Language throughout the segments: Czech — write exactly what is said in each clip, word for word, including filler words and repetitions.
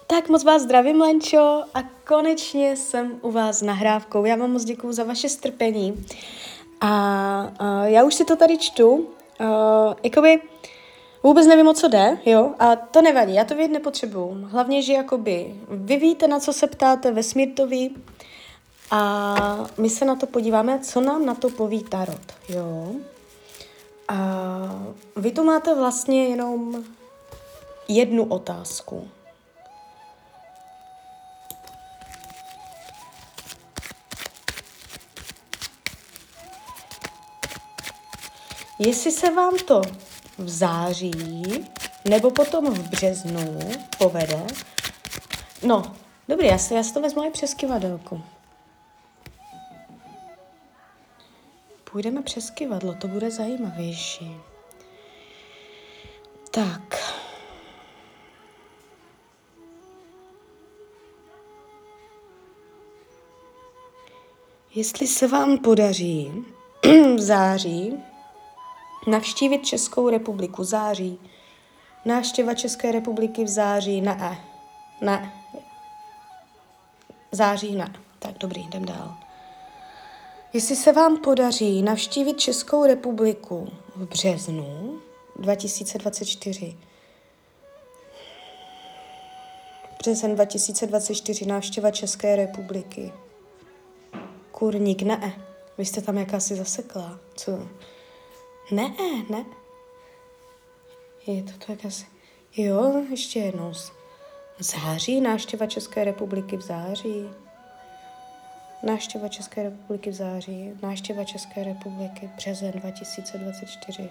Tak moc vás zdravím, Lenčo, a konečně jsem u vás s nahrávkou. Já vám moc děkuju za vaše strpení. A, a já už si to tady čtu. Uh, jakoby vůbec nevím, o co jde, jo, a to nevadí, já to vědět nepotřebuju. Hlavně, že jakoby vy víte, na co se ptáte, vesmír to ví, a my se na to podíváme, co nám na to poví tarot, jo. A vy tu máte vlastně jenom jednu otázku. Jestli se vám to v září nebo potom v březnu povede. No, dobrý, já si, já si to vezmu i přes kyvadelku. Půjdeme přes kyvadlo, to bude zajímavější. Tak. Jestli se vám podaří v září navštívit Českou republiku, září. Návštěva České republiky v září, ne, ne. Září ne. Tak dobrý, jdem dál. Jestli se vám podaří navštívit Českou republiku v březnu dva tisíce dvacet čtyři. Březen dva tisíce dvacet čtyři, návštěva České republiky. Kurník, ne. Vy jste tam jakási zasekla. Co? Ne, ne. Je to tak asi. Jo, ještě jednou. Září, návštěva České republiky v září. Návštěva České republiky v září. Návštěva České republiky březen dva tisíce dvacet čtyři.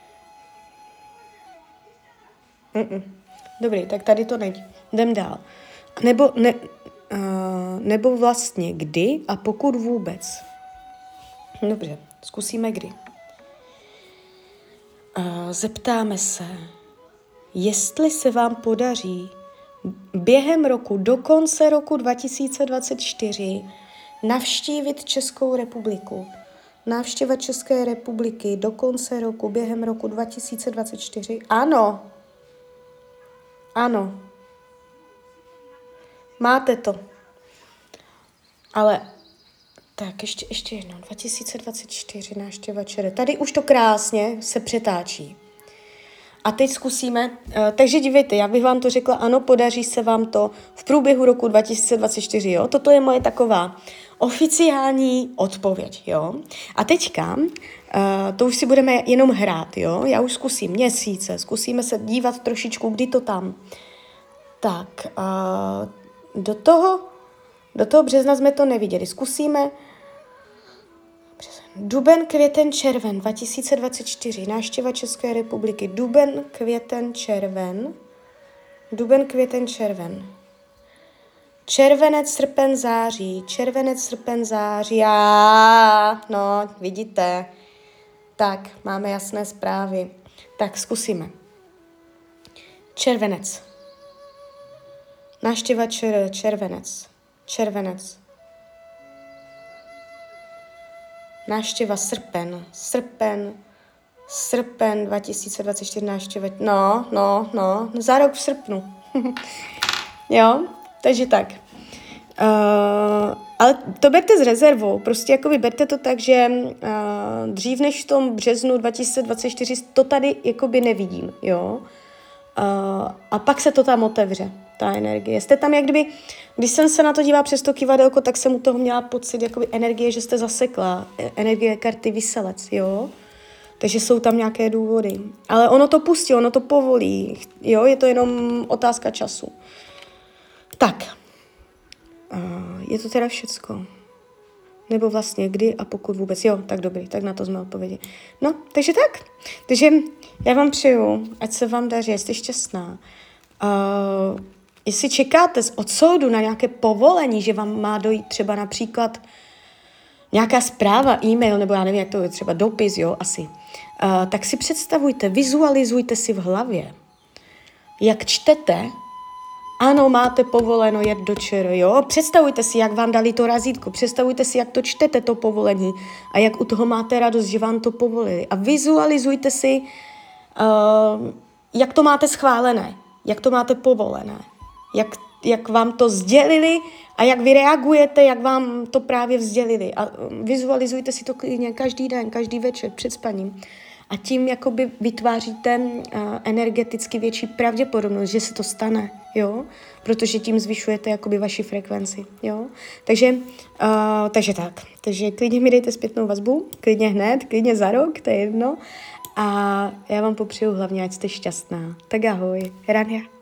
Mm-mm. Dobrý, tak tady to není. Jdem dál. Nebo, ne, uh, nebo vlastně kdy a pokud vůbec. Dobře, zkusíme kdy. Uh, zeptáme se, jestli se vám podaří během roku, do konce roku dva tisíce dvacet čtyři, navštívit Českou republiku. Návštěva České republiky do konce roku, během roku dva tisíce dvacet čtyři. Ano. Ano. Máte to. Ale tak ještě, ještě jednou. dva tisíce dvacet čtyři, návštěva ČR. Tady už to krásně se přetáčí. A teď zkusíme, uh, takže dívejte, já bych vám to řekla, ano, podaří se vám to v průběhu roku dva tisíce dvacet čtyři, jo. Toto je moje taková oficiální odpověď, jo. A teďka, uh, to už si budeme jenom hrát, jo. Já už zkusím měsíce, zkusíme se dívat trošičku, kdy to tam. Tak, uh, do toho, do toho března jsme to neviděli. Zkusíme duben, květen, červen, dva tisíce dvacet čtyři, návštěva České republiky. Duben, květen, červen. Duben, květen, červen. Červenec, srpen, září. Červenec, srpen, září. A no, vidíte. Tak, máme jasné zprávy. Tak, zkusíme. Červenec. Návštěva čer, červenec. Červenec. Návštěva srpen, srpen, srpen dva tisíce dvacet čtyři, návštěva, no, no, no, za rok v srpnu. Jo, takže tak. Uh, ale to berte s rezervou, prostě jakoby berte to tak, že uh, dřív než v tom březnu dva tisíce dvacet čtyři to tady jakoby nevidím, jo. Uh, a pak se to tam otevře, ta energie. Jste tam jak kdyby, když jsem se na to dívala přes to kivadelko, tak jsem u toho měla pocit jakoby energie, že jste zasekla. Energie karty Vyselec, jo. Takže jsou tam nějaké důvody. Ale ono to pustí, ono to povolí, jo, je to jenom otázka času. Tak. Uh, je to teda všecko. Nebo vlastně kdy a pokud vůbec. Jo, tak dobrý, tak na to jsme odpovědi. No, takže tak. Takže já vám přeju, ať se vám daří, jste šťastná. Uh, jestli čekáte od soudu na nějaké povolení, že vám má dojít třeba například nějaká zpráva, e-mail, nebo já nevím, jak to je, třeba dopis, jo, asi. Uh, tak si představujte, vizualizujte si v hlavě, jak čtete. Ano, máte povoleno jet do ČR, jo? Představujte si, jak vám dali to razítko, představujte si, jak to čtete, to povolení a jak u toho máte radost, že vám to povolili. A vizualizujte si, uh, jak to máte schválené, jak to máte povolené, jak, jak vám to sdělili a jak vy reagujete, jak vám to právě sdělili. A vizualizujte si to klidně každý den, každý večer před spaním. A tím jakoby vytváříte uh, energeticky větší pravděpodobnost, že se to stane, jo? Protože tím zvyšujete jakoby vaši frekvenci, jo? Takže, uh, takže tak. Takže klidně mi dejte zpětnou vazbu, klidně hned, klidně za rok, to je jedno. A já vám popřeju hlavně, ať jste šťastná. Tak ahoj, Rania.